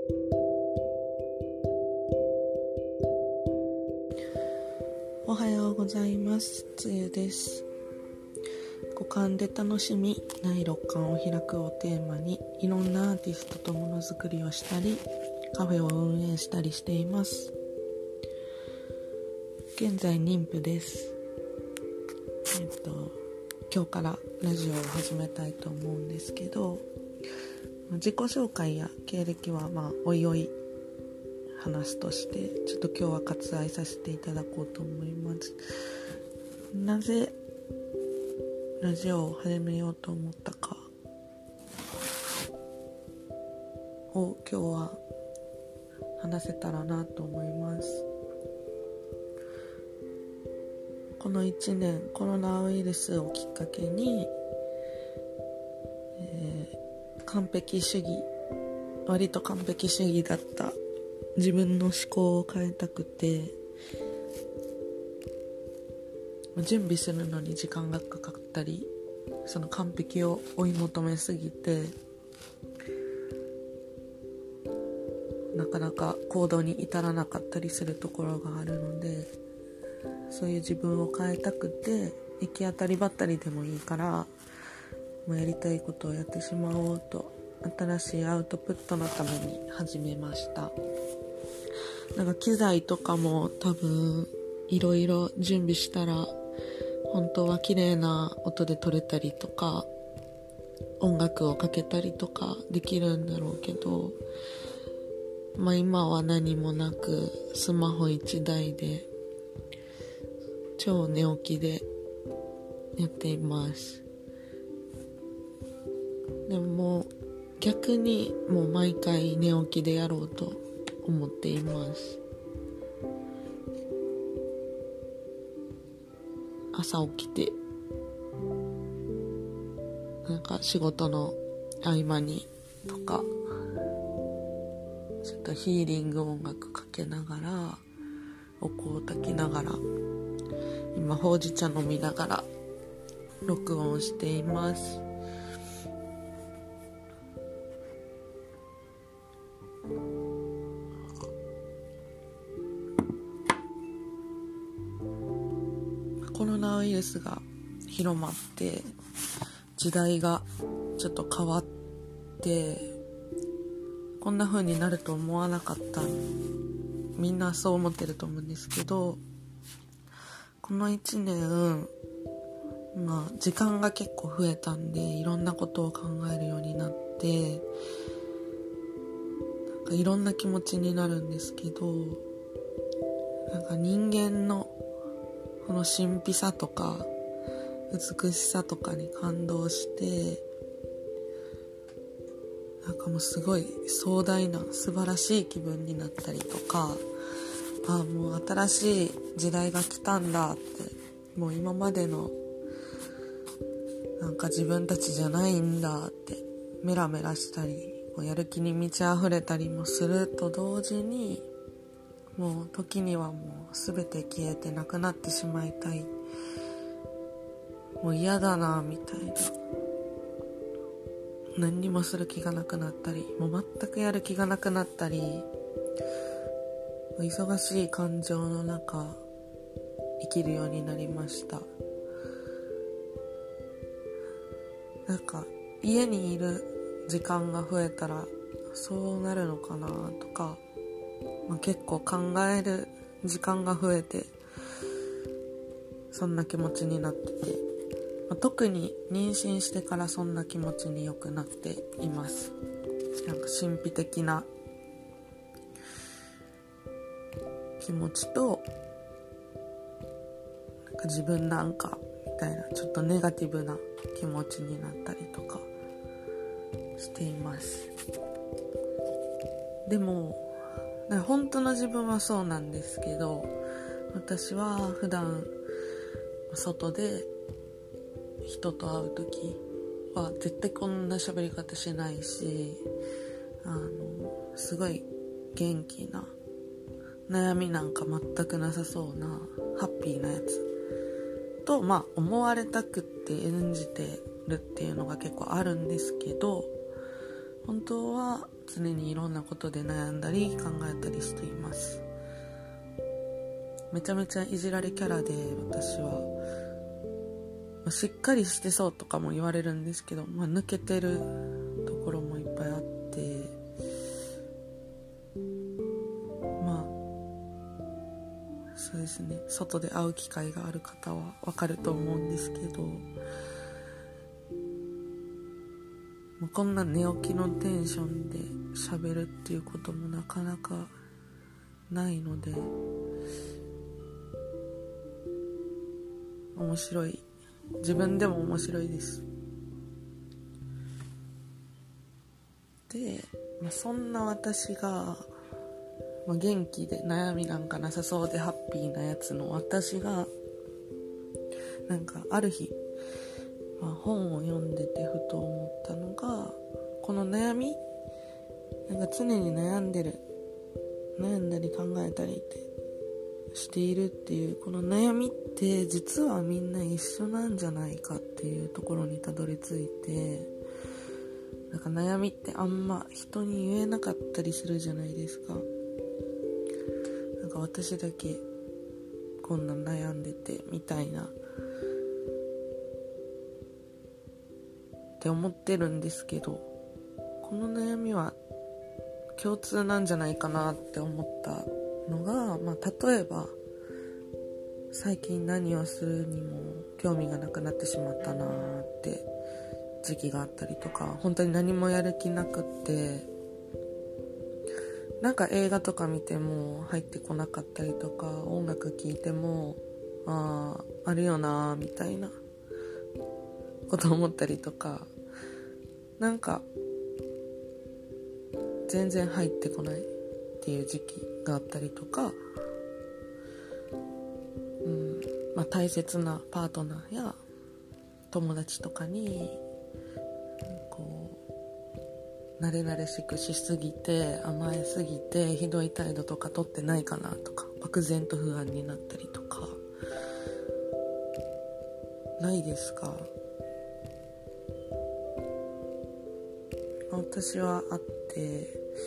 おはようございます。つゆです。五感で楽しみ、第六感を開くをテーマに、いろんなアーティストとものづくりをしたり、カフェを運営したりしています。現在妊婦です。今日からラジオを始めたいと思うんですけど、自己紹介や経歴はおいおい話すとして、ちょっと今日は割愛させていただこうと思います。なぜラジオを始めようと思ったかを今日は話せたらなと思います。この1年コロナウイルスをきっかけに、完璧主義、割と完璧主義だった自分の思考を変えたくて、準備するのに時間がかかったり、その完璧を追い求めすぎてなかなか行動に至らなかったりするところがあるので、そういう自分を変えたくて、行き当たりばったりでもいいからやりたいことをやってしまおうと、新しいアウトプットのために始めました。機材とかも多分いろいろ準備したら本当は綺麗な音で撮れたりとか、音楽をかけたりとかできるんだろうけど、今は何もなくスマホ1台で超寝起きでやっています。でも逆にもう毎回寝起きでやろうと思っています。朝起きて仕事の合間にとか、ちょっとヒーリング音楽かけながら、お香を焚きながら、今ほうじ茶飲みながら録音しています。コロナウイルスが広まって時代がちょっと変わって、こんな風になると思わなかった。みんなそう思ってると思うんですけど、この1年時間が結構増えたんで、いろんなことを考えるようになって、いろんな気持ちになるんですけど、人間のこの神秘さとか美しさとかに感動して、もうすごい壮大な素晴らしい気分になったりとか、もう新しい時代が来たんだって、もう今までの自分たちじゃないんだってメラメラしたり、やる気に満ち溢れたりもすると同時に、もう時にはもう全て消えてなくなってしまいたい、もう嫌だなみたいな、何にもする気がなくなったり、もう全くやる気がなくなったり、忙しい感情の中生きるようになりました。家にいる時間が増えたらそうなるのかなとか、結構考える時間が増えてそんな気持ちになってて、特に妊娠してからそんな気持ちによくなっています。神秘的な気持ちと、自分みたいなちょっとネガティブな気持ちになったりとかしています。でも本当の自分はそうなんですけど、私は普段外で人と会う時は絶対こんな喋り方しないし、すごい元気な、悩みなんか全くなさそうなハッピーなやつと思われたくって演じてるっていうのが結構あるんですけど、本当は常にいろんなことで悩んだり考えたりしています。めちゃめちゃいじられキャラで、私はしっかりしてそうとかも言われるんですけど、抜けてるところもいっぱいあって、そうですね、外で会う機会がある方はわかると思うんですけど、もうこんな寝起きのテンションで喋るっていうこともなかなかないので、面白い、自分でも面白いです。で、そんな私が、元気で悩みなんかなさそうでハッピーなやつの私が、なんかある日、本を読んでてふと思ったのが、この悩み、なんか常に悩んだり考えたりってしているっていうこの悩みって、実はみんな一緒なんじゃないかっていうところにたどり着いて、なんか悩みってあんま人に言えなかったりするじゃないですか。なんか私だけこんな悩んでてみたいなって思ってるんですけど、この悩みは共通なんじゃないかなって思ったのが、例えば最近何をするにも興味がなくなってしまったなって時期があったりとか、本当に何もやる気なくって、なんか映画とか見ても入ってこなかったりとか、音楽聴いてもあるよなみたいなこと思ったりとか、なんか全然入ってこないっていう時期があったりとか、大切なパートナーや友達とかに慣れ慣れしくしすぎて、甘えすぎてひどい態度とか取ってないかなとか、漠然と不安になったりとかないですか？私はあって、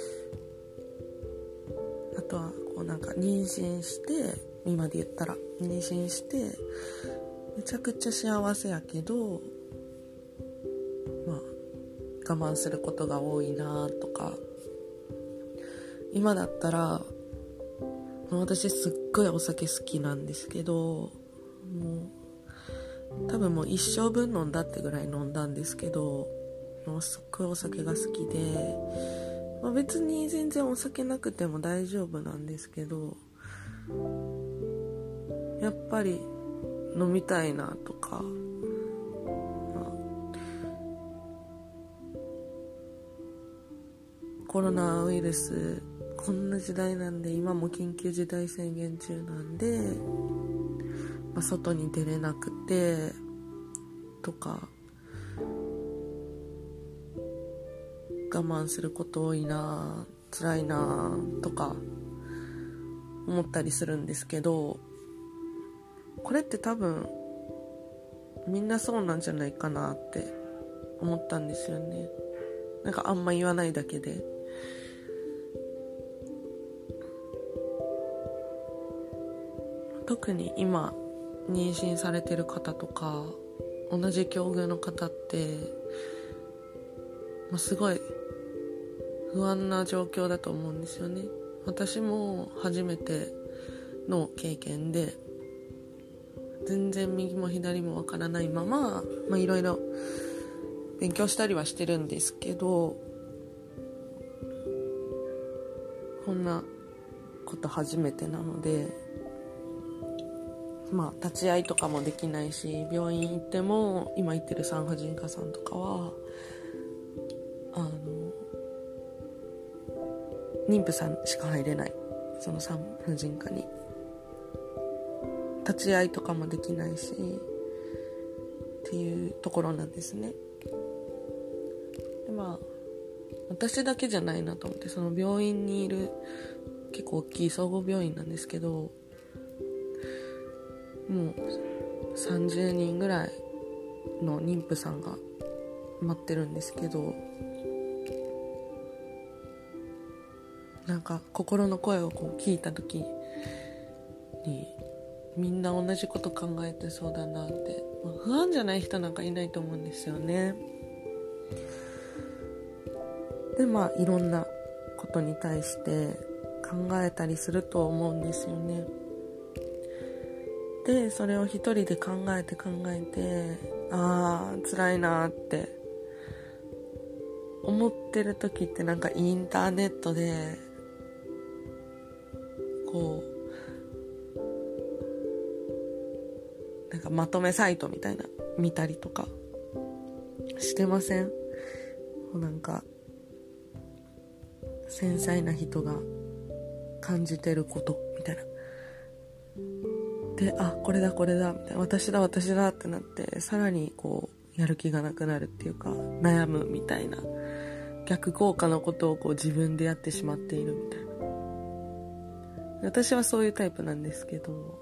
あとはなんか妊娠して、今で言ったら妊娠してめちゃくちゃ幸せやけど、我慢することが多いなとか、今だったら私すっごいお酒好きなんですけど、多分もう一生分飲んだってぐらい飲んだんですけど、もうすっごいお酒が好きで、別に全然お酒なくても大丈夫なんですけど、やっぱり飲みたいなとか、コロナウイルスこんな時代なんで、今も緊急事態宣言中なんで、外に出れなくてとか、我慢すること多いな、辛いなとか思ったりするんですけど、これって多分みんなそうなんじゃないかなって思ったんですよね。なんかあんま言わないだけで。特に今妊娠されてる方とか、同じ境遇の方って、すごい不安な状況だと思うんですよね。私も初めての経験で、全然右も左もわからないまま、いろいろ勉強したりはしてるんですけど、こんなこと初めてなので、立ち会いとかもできないし、病院行っても今行ってる産婦人科さんとかは妊婦さんしか入れない、その産婦人科に立ち会いとかもできないしっていうところなんですね。で、私だけじゃないなと思って、その病院にいる結構大きい総合病院なんですけど、もう30人ぐらいの妊婦さんが待ってるんですけど、 なんか心の声をこう聞いた時にみんな同じこと考えてそうだなって、不安じゃない人なんかいないと思うんですよね。でいろんなことに対して考えたりすると思うんですよね。でそれを一人で考えて辛いなって思ってる時って、なんかインターネットでこうなんかまとめサイトみたいな見たりとかしてません？なんか繊細な人が感じてることみたいなで、これだみたいな、私だってなって、さらにこうやる気がなくなるっていうか、悩むみたいな逆効果のことをこう自分でやってしまっているみたいな。私はそういうタイプなんですけど、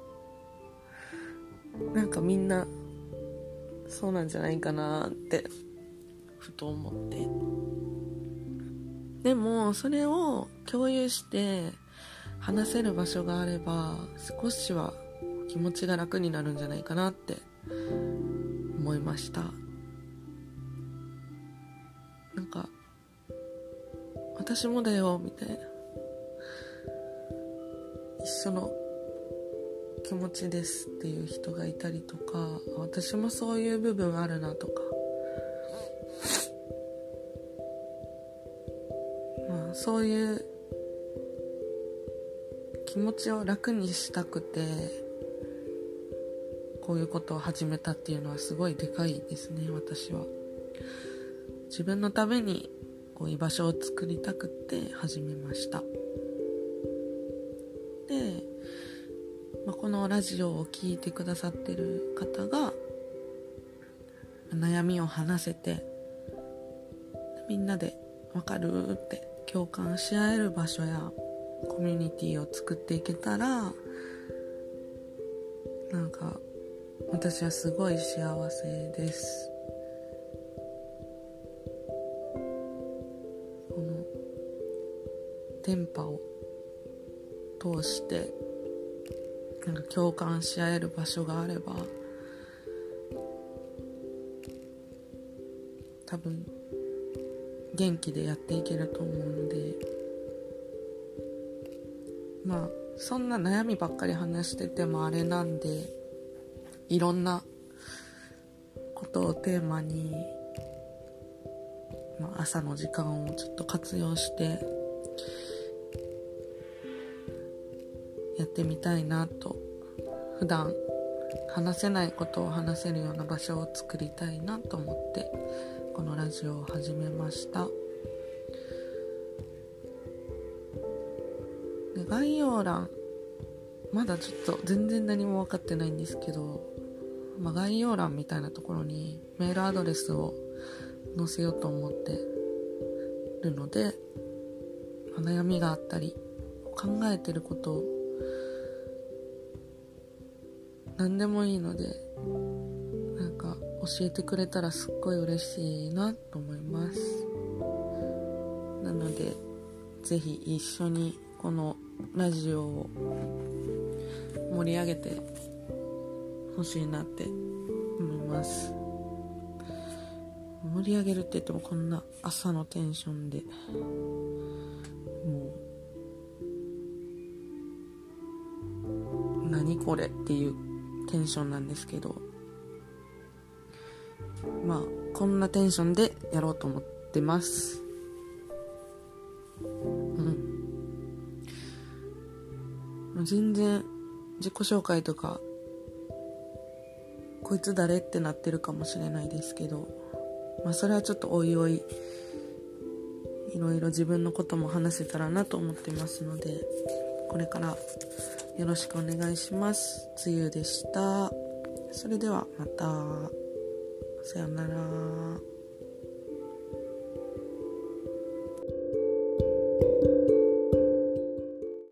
なんかみんなそうなんじゃないかなってふと思って、でもそれを共有して話せる場所があれば、少しは気持ちが楽になるんじゃないかなって思いました。なんか私もだよみたいな、一緒の気持ちですっていう人がいたりとか、私もそういう部分あるなとか、そういう気持ちを楽にしたくてこういうことを始めたっていうのはすごいでかいですね。私は自分のためにこう居場所を作りたくて始めました。で、このラジオを聞いてくださってる方が悩みを話せて、みんなでわかるって共感し合える場所やコミュニティを作っていけたら、なんか私はすごい幸せです。この電波を通してなんか共感し合える場所があれば、多分元気でやっていけると思うので、そんな悩みばっかり話しててもあれなんで、いろんなことをテーマに、朝の時間をちょっと活用してやってみたいなと、普段話せないことを話せるような場所を作りたいなと思ってこのラジオを始めました。で、概要欄まだちょっと全然何も分かってないんですけど、概要欄みたいなところにメールアドレスを載せようと思ってるので、悩みがあったり考えてることを何でもいいので、なんか教えてくれたらすっごい嬉しいなと思います。なのでぜひ一緒にこのラジオを盛り上げてほしいなって思います。盛り上げるって言ってもこんな朝のテンションでもう何これっていうテンションなんですけど、こんなテンションでやろうと思ってます。全然自己紹介とかこいつ誰ってなってるかもしれないですけど、それはちょっとおいおいいろいろ自分のことも話せたらなと思ってますので、これからよろしくお願いします。つゆでした。それではまた。さよなら。